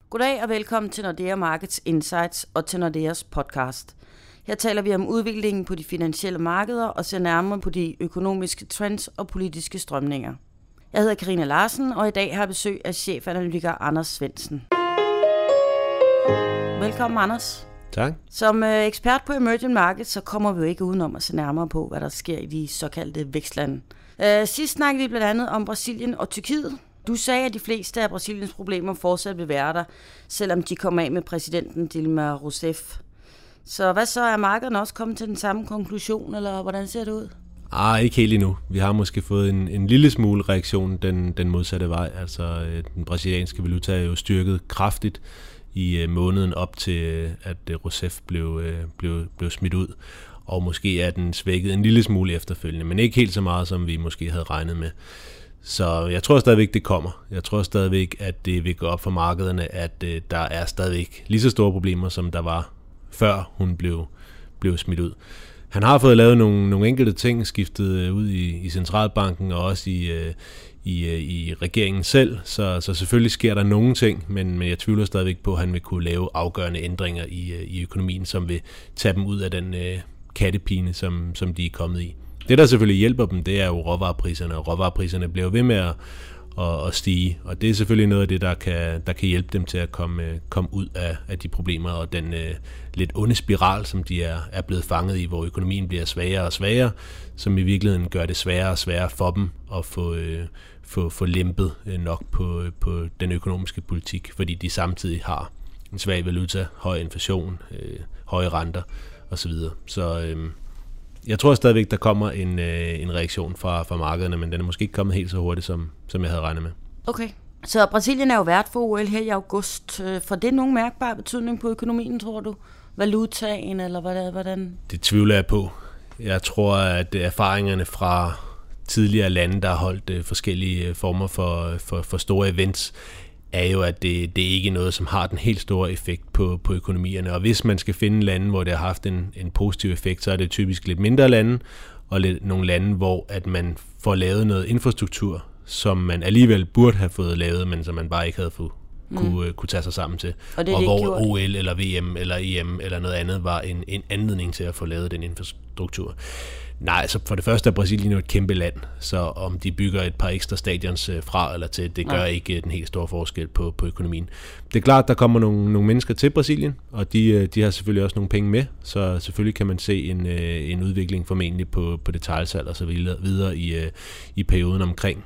Goddag og velkommen til Nordea Markets Insights og til Nordeas podcast. Her taler vi om udviklingen på de finansielle markeder og ser nærmere på de økonomiske trends og politiske strømninger. Jeg hedder Karina Larsen, og i dag har jeg besøg af chefanalytiker Anders Svendsen. Velkommen, Anders. Tak. Som ekspert på emerging markets, så kommer vi jo ikke udenom at se nærmere på, hvad der sker i de såkaldte vækstlande. Sidst snakkede vi blandt andet om Brasilien og Tyrkiet. Du sagde, at de fleste af Brasiliens problemer fortsat vil være der, selvom de kommer af med præsidenten Dilma Rousseff. Så hvad så, er markederne også kommet til den samme konklusion, eller hvordan ser det ud? Ikke helt endnu. Vi har måske fået en lille smule reaktion den modsatte vej. Altså, den brasilianske valuta er jo styrket kraftigt i måneden op til, at Rousseff blev smidt ud. Og måske er den svækket en lille smule efterfølgende, men ikke helt så meget, som vi måske havde regnet med. Så jeg tror stadigvæk, det kommer. Jeg tror stadigvæk, at det vil gå op for markederne, at der er stadigvæk lige så store problemer, som der var før hun blev smidt ud. Han har fået lavet nogle enkelte ting, skiftet ud i centralbanken og også i regeringen selv, så selvfølgelig sker der nogle ting, men jeg tvivler stadigvæk på, at han vil kunne lave afgørende ændringer i økonomien, som vil tage dem ud af den kattepine, som de er kommet i. Det, der selvfølgelig hjælper dem, det er jo råvarepriserne, og råvarepriserne bliver ved med at stige, og det er selvfølgelig noget af det, der kan hjælpe dem til at komme ud af de problemer, og den lidt onde spiral, som de er blevet fanget i, hvor økonomien bliver svagere og svagere, som i virkeligheden gør det sværere og sværere for dem at få lempet nok på den økonomiske politik, fordi de samtidig har en svag valuta, høj inflation, høje renter osv. Så jeg tror stadigvæk, der kommer en reaktion fra markederne, men den er måske ikke kommet helt så hurtigt, som jeg havde regnet med. Okay. Så Brasilien er jo vært for OL her i august. Får det nogen mærkbar betydning på økonomien, tror du? Valutaen, eller hvordan? Det tvivler jeg på. Jeg tror, at erfaringerne fra tidligere lande, der har holdt forskellige former for store events, er jo, at det ikke er noget, som har den helt store effekt på økonomierne. Og hvis man skal finde lande, hvor det har haft en positiv effekt, så er det typisk lidt mindre lande, og nogle lande, hvor at man får lavet noget infrastruktur, som man alligevel burde have fået lavet, men som man bare ikke havde kunne tage sig sammen til. Og hvor OL eller VM eller EM eller noget andet var en anledning til at få lavet den infrastruktur. Nej, så for det første er Brasilien jo et kæmpe land, så om de bygger et par ekstra stadions fra eller til, det gør ikke den helt store forskel på økonomien. Det er klart, der kommer nogle mennesker til Brasilien, og de har selvfølgelig også nogle penge med, så selvfølgelig kan man se en udvikling formentlig på detailsalg og så videre i perioden omkring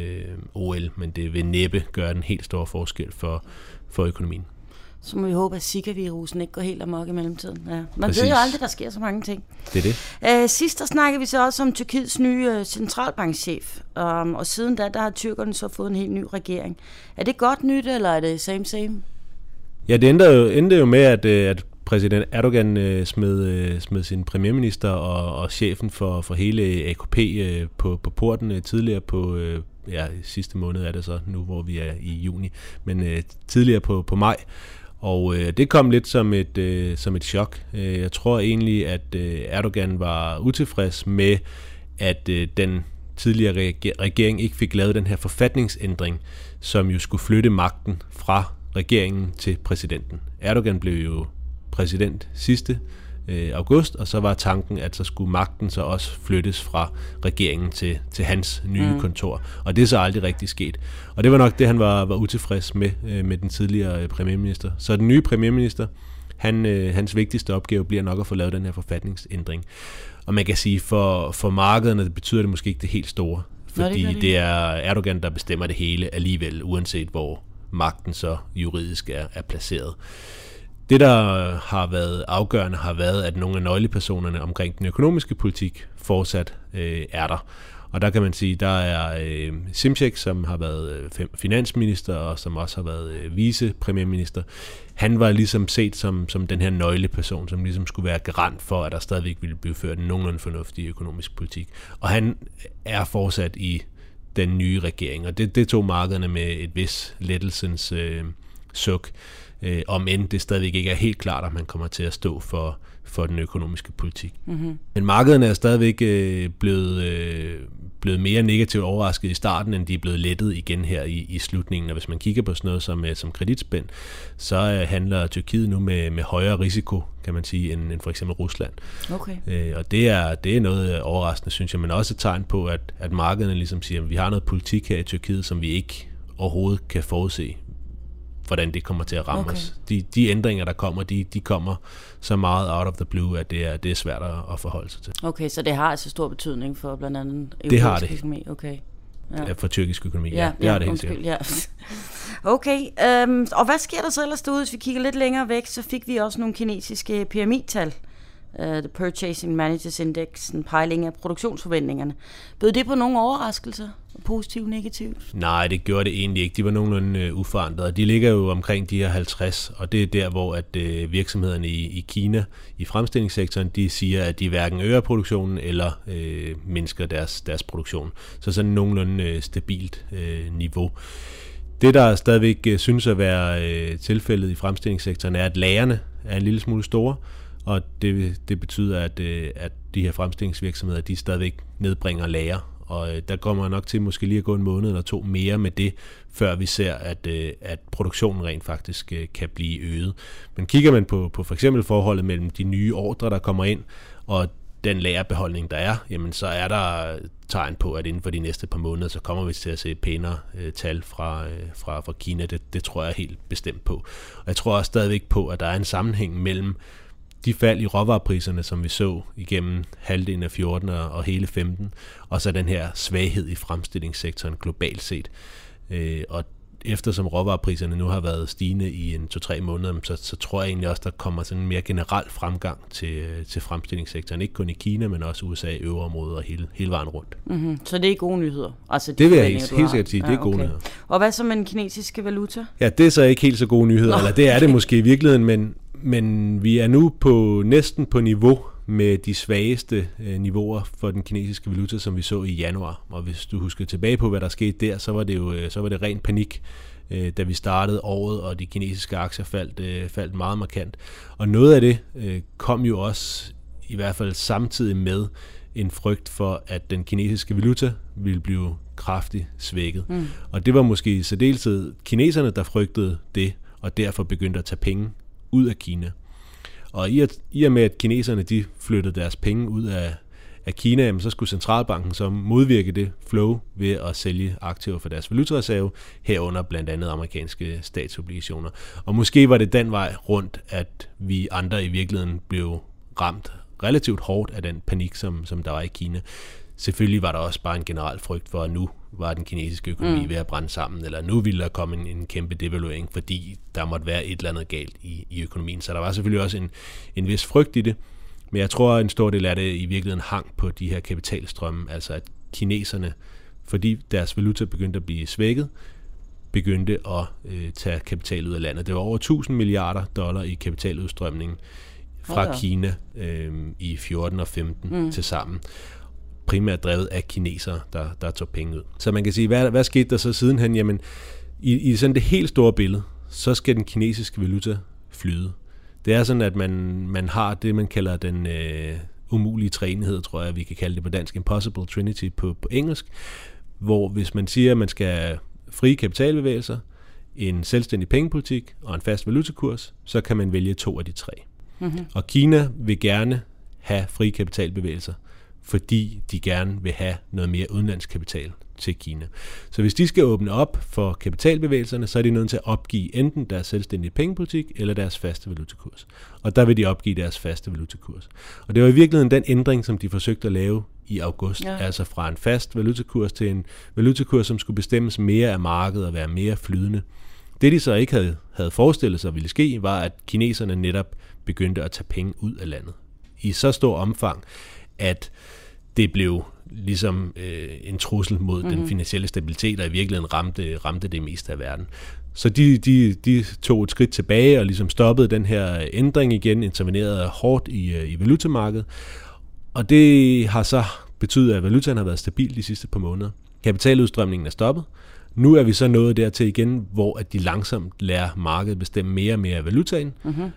OL, men det vil næppe gøre den helt store forskel for økonomien. Så må vi håbe, at Zika-virusen ikke går helt amok i mellemtiden. Ja. Man ved jo aldrig, der sker så mange ting. Det er det. Sidst der snakkede vi så også om Tyrkiets nye centralbankchef, og siden da, der har tyrkerne så fået en helt ny regering. Er det godt nyt, eller er det same? Ja, det endte jo med, at præsident Erdogan smed sin premierminister og chefen for hele AKP på porten tidligere på sidste måned er det så, nu hvor vi er i juni, men tidligere på maj. Og det kom lidt som et chok. Jeg tror egentlig, at Erdogan var utilfreds med, at den tidligere regering ikke fik lavet den her forfatningsændring, som jo skulle flytte magten fra regeringen til præsidenten. Erdogan blev jo præsident sidste august, og så var tanken, at så skulle magten så også flyttes fra regeringen til hans nye kontor. Og det er så aldrig rigtig sket. Og det var nok det, han var utilfreds med den tidligere premierminister. Så den nye premierminister, hans vigtigste opgave bliver nok at få lavet den her forfatningsændring. Og man kan sige, for markederne betyder det måske ikke det helt store. Fordi det er Erdogan, der bestemmer det hele alligevel, uanset hvor magten så juridisk er placeret. Det, der har været afgørende, har været, at nogle af nøglepersonerne omkring den økonomiske politik fortsat er der. Og der kan man sige, der er Simcek, som har været finansminister, og som også har været vicepremierminister. Han var ligesom set som den her nøgleperson, som ligesom skulle være garant for, at der stadigvæk ville blive ført en nogenlunde fornuftig økonomisk politik. Og han er fortsat i den nye regering, og det tog markederne med et vis lettelsens suk. om end det stadigvæk ikke er helt klart, at man kommer til at stå for den økonomiske politik. Mm-hmm. Men markederne er stadigvæk blevet mere negativt overrasket i starten, end de er blevet lettet igen her i slutningen. Og hvis man kigger på sådan noget som kreditspænd, så handler Tyrkiet nu med højere risiko, kan man sige, end for eksempel Rusland. Okay. Og det er noget overraskende, synes jeg, men også et tegn på, at markederne ligesom siger, at vi har noget politik her i Tyrkiet, som vi ikke overhovedet kan forudse, hvordan det kommer til at ramme os. De ændringer, der kommer, de kommer så meget out of the blue, at det er svært at forholde sig til. Okay, så det har altså stor betydning for blandt andet europæisk økonomi? Okay. Ja. For tyrkisk økonomi, ja. Det har det helt sikkert. Ja. Okay, og hvad sker der så ellers derude? Hvis vi kigger lidt længere væk, så fik vi også nogle kinesiske PMI-tal. The Purchasing Managers Index, en pejling af produktionsforventningerne. Bød det på nogle overraskelser? Positivt, negativt? Nej, det gjorde det egentlig ikke. De var nogenlunde uforandrede. De ligger jo omkring de her 50, og det er der, hvor at virksomhederne i Kina, i fremstillingssektoren, de siger, at de hverken øger produktionen eller mindsker deres produktion. Så sådan nogenlunde stabilt niveau. Det, der stadigvæk synes at være tilfældet i fremstillingssektoren, er, at lagrene er en lille smule store, og det betyder, at de her fremstillingsvirksomheder, de stadigvæk nedbringer lager. Og der kommer nok til måske lige at gå en måned eller to mere med det, før vi ser, at produktionen rent faktisk kan blive øget. Men kigger man på for eksempel forholdet mellem de nye ordrer, der kommer ind, og den lagerbeholdning, der er, jamen så er der tegn på, at inden for de næste par måneder, så kommer vi til at se pænere tal fra Kina. Det tror jeg helt bestemt på. Og jeg tror også stadigvæk på, at der er en sammenhæng mellem de fald i råvarepriserne, som vi så igennem halvdelen af 14 og hele 15, og så den her svaghed i fremstillingssektoren globalt set. Og eftersom råvarepriserne nu har været stigende i 2-3 måneder, så tror jeg egentlig også, der kommer sådan en mere generel fremgang til fremstillingssektoren. Ikke kun i Kina, men også USA, øvreområdet og hele vejen rundt. Mm-hmm. Så det er gode nyheder? Altså, det vil jeg helt sikkert sige, det er gode nyheder. Og hvad så med den kinesiske valuta? Ja, det er så ikke helt så gode nyheder, eller det er det måske i virkeligheden, men vi er nu næsten på niveau med de svageste niveauer for den kinesiske valuta, som vi så i januar. Og hvis du husker tilbage på, hvad der skete der, så var det ren panik, da vi startede året, og de kinesiske aktier faldt meget markant. Og noget af det kom jo også i hvert fald samtidig med en frygt for, at den kinesiske valuta ville blive kraftigt svækket. Mm. Og det var måske i særdeleshed kineserne, der frygtede det, og derfor begyndte at tage penge ud af Kina. Og i og med, at kineserne de flyttede deres penge ud af Kina, så skulle centralbanken så modvirke det flow ved at sælge aktiver for deres valutareserve, herunder blandt andet amerikanske statsobligationer. Og måske var det den vej rundt, at vi andre i virkeligheden blev ramt relativt hårdt af den panik, som der var i Kina. Selvfølgelig var der også bare en generel frygt for, at nu var den kinesiske økonomi ved at brænde sammen, eller nu ville der komme en kæmpe devaluering, fordi der måtte være et eller andet galt i økonomien. Så der var selvfølgelig også en vis frygt i det, men jeg tror, at en stor del af det i virkeligheden hang på de her kapitalstrømme, altså at kineserne, fordi deres valuta begyndte at blive svækket, begyndte at tage kapital ud af landet. Det var over $1.000 milliarder i kapitaludstrømning fra Kina i 14 og 15 til sammen. Primært drevet af kinesere, der tog penge ud. Så man kan sige, hvad skete der så sidenhen? Jamen, i sådan det helt store billede, så skal den kinesiske valuta flyde. Det er sådan, at man har det, man kalder den umulige træenighed, tror jeg, vi kan kalde det på dansk, Impossible Trinity på engelsk, hvor hvis man siger, at man skal have frie kapitalbevægelser, en selvstændig pengepolitik og en fast valutakurs, så kan man vælge 2 af de 3. Mm-hmm. Og Kina vil gerne have frie kapitalbevægelser, fordi de gerne vil have noget mere udenlandsk kapital til Kina. Så hvis de skal åbne op for kapitalbevægelserne, så er de nødt til at opgive enten deres selvstændige pengepolitik eller deres faste valutakurs. Og der vil de opgive deres faste valutakurs. Og det var i virkeligheden den ændring, som de forsøgte at lave i august. Ja. Altså fra en fast valutakurs til en valutakurs, som skulle bestemmes mere af markedet og være mere flydende. Det de så ikke havde forestillet sig ville ske, var at kineserne netop begyndte at tage penge ud af landet. I så stor omfang, at det blev ligesom en trussel mod den finansielle stabilitet, og i virkeligheden ramte det meste af verden. Så de tog et skridt tilbage og ligesom stoppede den her ændring igen, intervenerede hårdt i valutamarkedet, og det har så betydet, at valutaen har været stabil de sidste par måneder. Kapitaludstrømningen er stoppet. Nu er vi så nået dertil igen, hvor at de langsomt lærer markedet bestemme mere og mere af valutaen,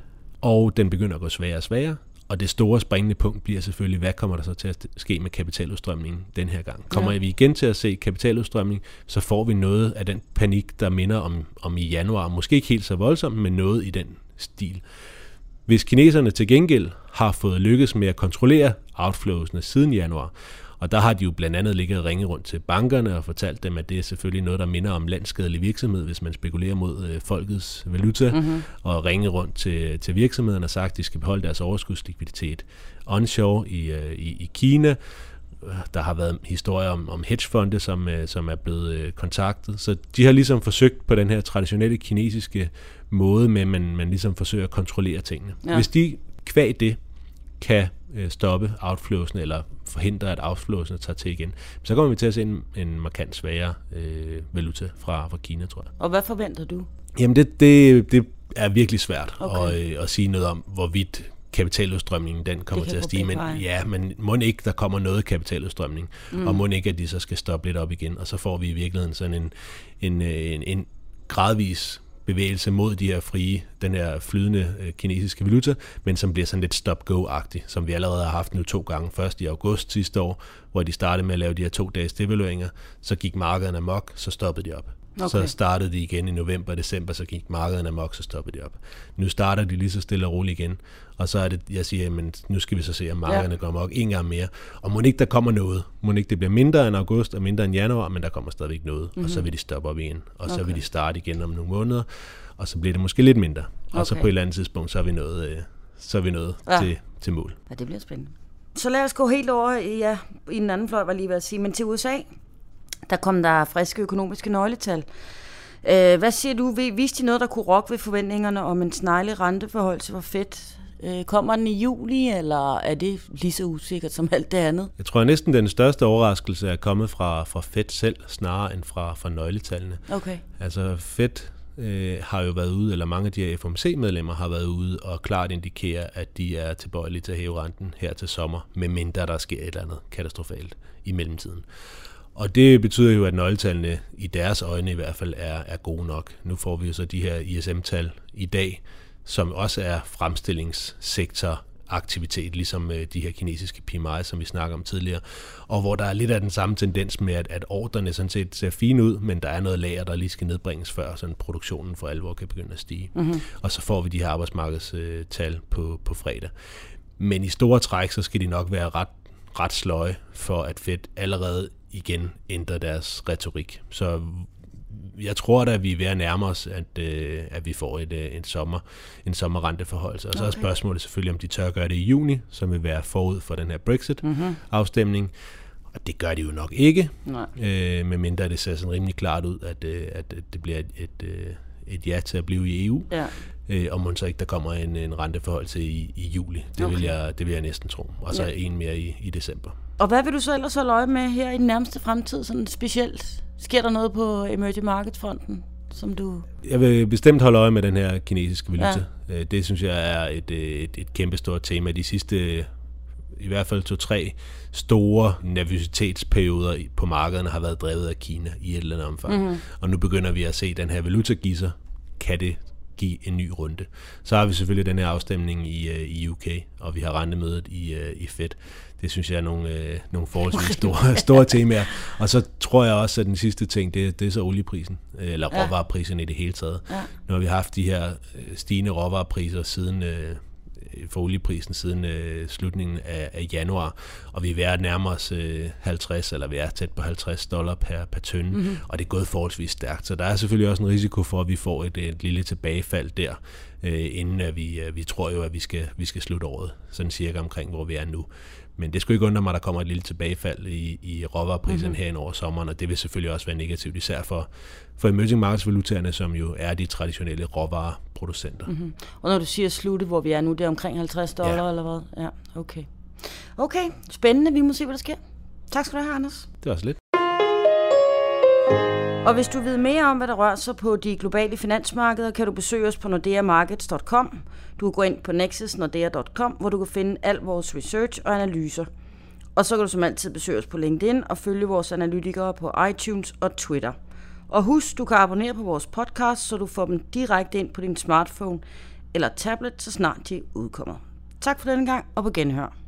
og den begynder at gå sværere og sværere. Og det store springende punkt bliver selvfølgelig, hvad kommer der så til at ske med kapitaludstrømningen den her gang? Kommer vi igen til at se kapitaludstrømning, så får vi noget af den panik, der minder om i januar. Måske ikke helt så voldsomt, men noget i den stil. Hvis kineserne til gengæld har fået lykkes med at kontrollere outflowsene siden januar, og der har de jo blandt andet ligget og ringe rundt til bankerne og fortalt dem, at det er selvfølgelig noget, der minder om landsskadelig virksomhed, hvis man spekulerer mod folkets valuta, og ringe rundt til virksomhederne og sagt, at de skal beholde deres overskudslikviditet onshore i Kina. Der har været historier om hedgefonde, som er blevet kontaktet. Så de har ligesom forsøgt på den her traditionelle kinesiske måde, med man ligesom forsøger at kontrollere tingene. Ja. Hvis de kvad det kan stoppe outflowsene, eller forhindre, at outflowsene tager til igen, så kommer vi til at se en markant svagere valuta fra Kina, tror jeg. Og hvad forventer du? Jamen, det er virkelig svært at sige noget om, hvorvidt kapitaludstrømningen, den kommer til at stige. Men må ikke, der kommer noget kapitaludstrømning, og må ikke, at de så skal stoppe lidt op igen, og så får vi i virkeligheden sådan en gradvis bevægelse mod de her den her flydende kinesiske valuta, men som bliver sådan lidt stop-go-agtig, som vi allerede har haft nu 2 gange. Først i august sidste år, hvor de startede med at lave de her 2 dages devalueringer, så gik markederne amok, så stoppede de op. Okay. Så startede de igen i november og december, så gik markederne amok, så stoppede de op. Nu starter de lige så stille og roligt igen, og så er det, jeg siger, men nu skal vi så se, om markederne går amok en gang mere. Og må ikke der kommer noget. Må ikke det bliver mindre end august og mindre end januar, men der kommer stadigvæk noget, og så vil de stoppe op igen, og så vil de starte igen om nogle måneder, og så bliver det måske lidt mindre. Og så på et eller andet tidspunkt, så er vi nået til mål. Ja, det bliver spændende. Så lad os gå helt over i den anden fløj, var lige ved at sige, men til USA. Der kom der friske økonomiske nøgletal. Hvad siger du? Viste de noget, der kunne rokke ved forventningerne om en sneglig renteforholdelse for Fed? Kommer den i juli, eller er det lige så usikkert som alt det andet? Jeg tror næsten, den største overraskelse er kommet fra Fed selv, snarere end fra nøgletallene. Okay. Altså Fed har jo været ude, eller mange af de her FOMC-medlemmer har været ude og klart indikere, at de er tilbøjelige til at hæve renten her til sommer, medmindre der sker et eller andet katastrofalt i mellemtiden. Og det betyder jo, at nøgletallene i deres øjne i hvert fald er gode nok. Nu får vi jo så de her ISM-tal i dag, som også er fremstillingssektoraktivitet, ligesom de her kinesiske PMI, som vi snakker om tidligere, og hvor der er lidt af den samme tendens med, at ordrene sådan set ser fine ud, men der er noget lager, der lige skal nedbringes, før sådan produktionen for alvor kan begynde at stige. Og så får vi de her arbejdsmarkedstal på fredag. Men i store træk, så skal de nok være ret sløje for, at Fed allerede igen ændrer deres retorik. Så jeg tror da, at vi er ved at nærme os, at vi får en sommerrenteforholdelse. Og så er spørgsmålet selvfølgelig, om de tør gøre det i juni, som vil være forud for den her Brexit-afstemning. Og det gør de jo nok ikke, medmindre det ser sådan rimelig klart ud, at det bliver et ja til at blive i EU. Ja. Og må så ikke, der kommer en renteforholdelse i juli. Det vil jeg næsten tro. Og så en mere i december. Og hvad vil du så ellers holde øje med her i den nærmeste fremtid, sådan specielt? Sker der noget på Emerging Markets-fronten, som du... Jeg vil bestemt holde øje med den her kinesiske valuta. Ja. Det synes jeg er et kæmpestort tema. De sidste i hvert fald 2-3 store nervøsitetsperioder på markederne har været drevet af Kina i et eller andet omfang. Og nu begynder vi at se den her valuta-gisser. Kan det give en ny runde? Så har vi selvfølgelig den her afstemning i UK, og vi har rentemødet i Fed. Det synes jeg er nogle forholdsvis store temaer. Og så tror jeg også, at den sidste ting, det er så olieprisen, eller råvareprisen i det hele taget. Ja. Nu har vi haft de her stigende råvarepriser siden for olieprisen siden slutningen af januar, og vi er ved at nærme os 50, eller vi er tæt på $50 per tønde, og det er gået forholdsvis stærkt. Så der er selvfølgelig også en risiko for, at vi får et lille tilbagefald der, inden vi tror jo, at vi skal slutte året, sådan cirka omkring, hvor vi er nu. Men det skulle ikke undre mig, at der kommer et lille tilbagefald i råvarepriserne herinde over sommeren, og det vil selvfølgelig også være negativt, især for emerging markets valutaerne, som jo er de traditionelle råvareproducenter. Og når du siger slutte, hvor vi er nu, det er omkring $50 eller hvad? Ja, okay. Okay, spændende. Vi må se, hvad der sker. Tak skal du have, Anders. Det var også lidt. Og hvis du ved mere om, hvad der rører sig på de globale finansmarkeder, kan du besøge os på nordeamarkets.com. Du kan gå ind på nexusnordea.com, hvor du kan finde al vores research og analyser. Og så kan du som altid besøge os på LinkedIn og følge vores analytikere på iTunes og Twitter. Og husk, du kan abonnere på vores podcast, så du får dem direkte ind på din smartphone eller tablet, så snart de udkommer. Tak for denne gang, og på genhør.